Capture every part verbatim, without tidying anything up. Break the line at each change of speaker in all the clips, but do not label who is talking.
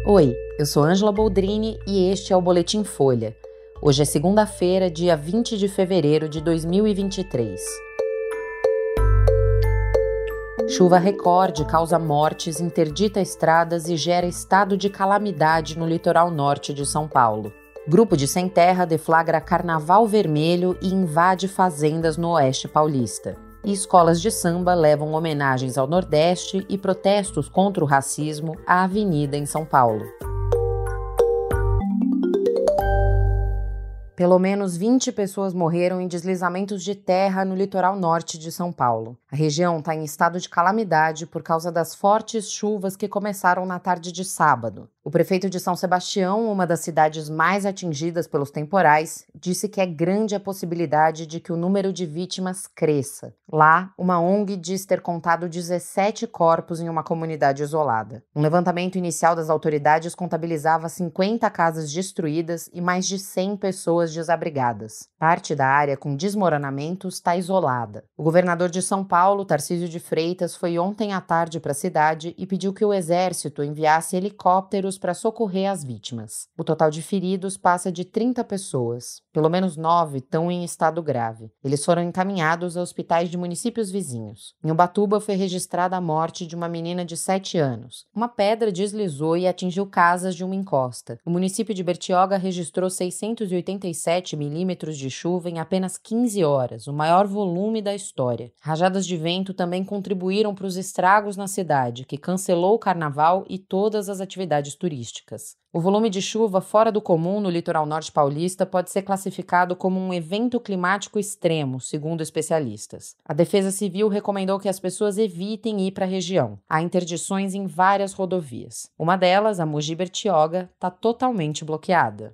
Oi, eu sou Ângela Boldrini e este é o Boletim Folha. Hoje é segunda-feira, dia vinte de fevereiro de dois mil e vinte e três. Chuva recorde causa mortes, interdita estradas e gera estado de calamidade no litoral norte de São Paulo. Grupo de sem terra deflagra carnaval vermelho e invade fazendas no oeste paulista. E escolas de samba levam homenagens ao Nordeste e protestos contra o racismo à Avenida em São Paulo. Pelo menos vinte pessoas morreram em deslizamentos de terra no litoral norte de São Paulo. A região está em estado de calamidade por causa das fortes chuvas que começaram na tarde de sábado. O prefeito de São Sebastião, uma das cidades mais atingidas pelos temporais, disse que é grande a possibilidade de que o número de vítimas cresça. Lá, uma O N G diz ter contado dezessete corpos em uma comunidade isolada. Um levantamento inicial das autoridades contabilizava cinquenta casas destruídas e mais de cem pessoas desabrigadas. Parte da área com desmoronamentos está isolada. O governador de São Paulo, Tarcísio de Freitas, foi ontem à tarde para a cidade e pediu que o Exército enviasse helicópteros para socorrer as vítimas. O total de feridos passa de trinta pessoas. Pelo menos nove estão em estado grave. Eles foram encaminhados a hospitais de municípios vizinhos. Em Ubatuba foi registrada a morte de uma menina de sete anos. Uma pedra deslizou e atingiu casas de uma encosta. O município de Bertioga registrou seiscentos e oitenta e sete milímetros de chuva em apenas quinze horas, o maior volume da história. Rajadas de vento também contribuíram para os estragos na cidade, que cancelou o carnaval e todas as atividades turísticas. O volume de chuva fora do comum no litoral norte paulista pode ser classificado como um evento climático extremo, segundo especialistas. A Defesa Civil recomendou que as pessoas evitem ir para a região. Há interdições em várias rodovias. Uma delas, a Mogi Bertioga, está totalmente bloqueada.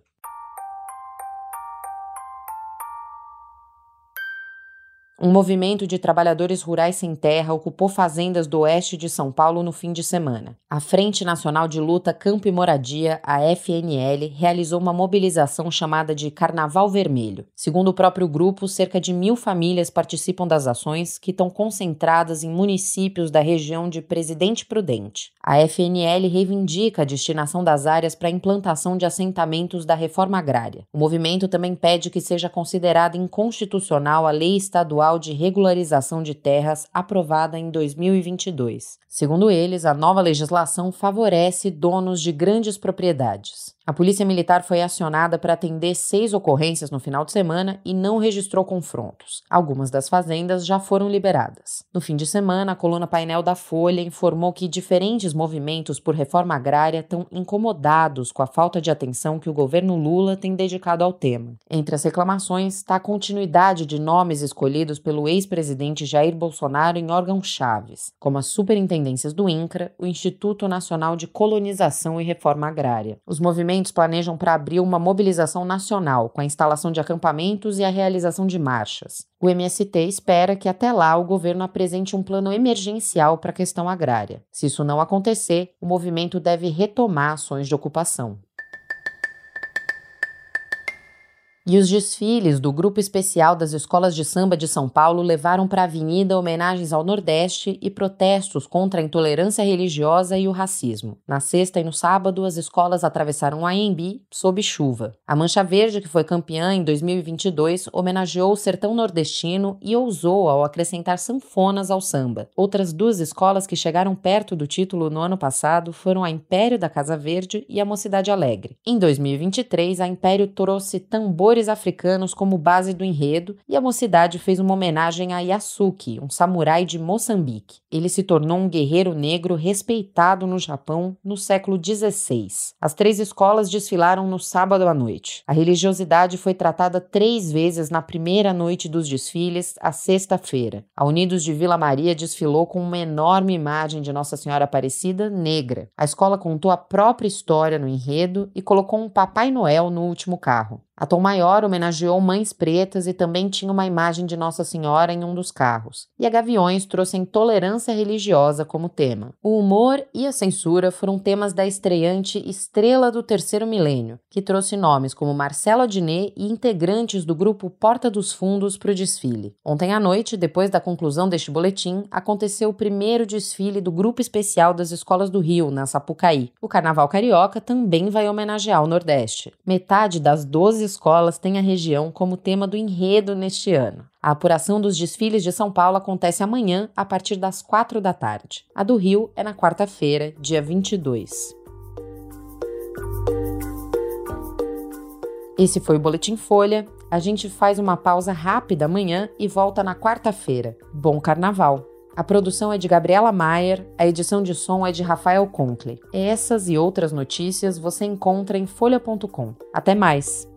Um movimento de trabalhadores rurais sem terra ocupou fazendas do oeste de São Paulo no fim de semana. A Frente Nacional de Luta Campo e Moradia, a F N L, realizou uma mobilização chamada de Carnaval Vermelho. Segundo o próprio grupo, cerca de mil famílias participam das ações, que estão concentradas em municípios da região de Presidente Prudente. A F N L reivindica a destinação das áreas para a implantação de assentamentos da reforma agrária. O movimento também pede que seja considerada inconstitucional a lei estadual de regularização de terras aprovada em dois mil e vinte e dois. Segundo eles, a nova legislação favorece donos de grandes propriedades. A Polícia Militar foi acionada para atender seis ocorrências no final de semana e não registrou confrontos. Algumas das fazendas já foram liberadas. No fim de semana, a coluna Painel da Folha informou que diferentes movimentos por reforma agrária estão incomodados com a falta de atenção que o governo Lula tem dedicado ao tema. Entre as reclamações está a continuidade de nomes escolhidos pelo ex-presidente Jair Bolsonaro em órgãos chaves, como as superintendências do INCRA, o Instituto Nacional de Colonização e Reforma Agrária. Os movimentos planejam para abril uma mobilização nacional, com a instalação de acampamentos e a realização de marchas. O M S T espera que até lá o governo apresente um plano emergencial para a questão agrária. Se isso não acontecer, o movimento deve retomar ações de ocupação. E os desfiles do Grupo Especial das Escolas de Samba de São Paulo levaram para a avenida homenagens ao Nordeste e protestos contra a intolerância religiosa e o racismo. Na sexta e no sábado, as escolas atravessaram o Anhembi sob chuva. A Mancha Verde, que foi campeã em dois mil e vinte e dois, homenageou o sertão nordestino e ousou ao acrescentar sanfonas ao samba. Outras duas escolas que chegaram perto do título no ano passado foram a Império da Casa Verde e a Mocidade Alegre. Em dois mil e vinte e três, a Império trouxe tambores africanos como base do enredo e a Mocidade fez uma homenagem a Yasuki, um samurai de Moçambique. Ele se tornou um guerreiro negro respeitado no Japão no século dezesseis. As três escolas desfilaram no sábado à noite. A religiosidade foi tratada três vezes na primeira noite dos desfiles, a sexta-feira. A Unidos de Vila Maria desfilou com uma enorme imagem de Nossa Senhora Aparecida negra. A escola contou a própria história no enredo e colocou um Papai Noel no último carro. A Tom Maior homenageou mães pretas e também tinha uma imagem de Nossa Senhora em um dos carros. E a Gaviões trouxe a intolerância religiosa como tema. O humor e a censura foram temas da estreante Estrela do Terceiro Milênio, que trouxe nomes como Marcelo Adnet e integrantes do grupo Porta dos Fundos para o desfile. Ontem à noite, depois da conclusão deste boletim, aconteceu o primeiro desfile do Grupo Especial das Escolas do Rio, na Sapucaí. O Carnaval Carioca também vai homenagear o Nordeste. Metade das doze escolas tem a região como tema do enredo neste ano. A apuração dos desfiles de São Paulo acontece amanhã, a partir das quatro da tarde. A do Rio é na quarta-feira, dia vinte e dois. Esse foi o Boletim Folha. A gente faz uma pausa rápida amanhã e volta na quarta-feira. Bom Carnaval! A produção é de Gabriela Maier, a edição de som é de Rafael Conkle. Essas e outras notícias você encontra em folha ponto com. Até mais!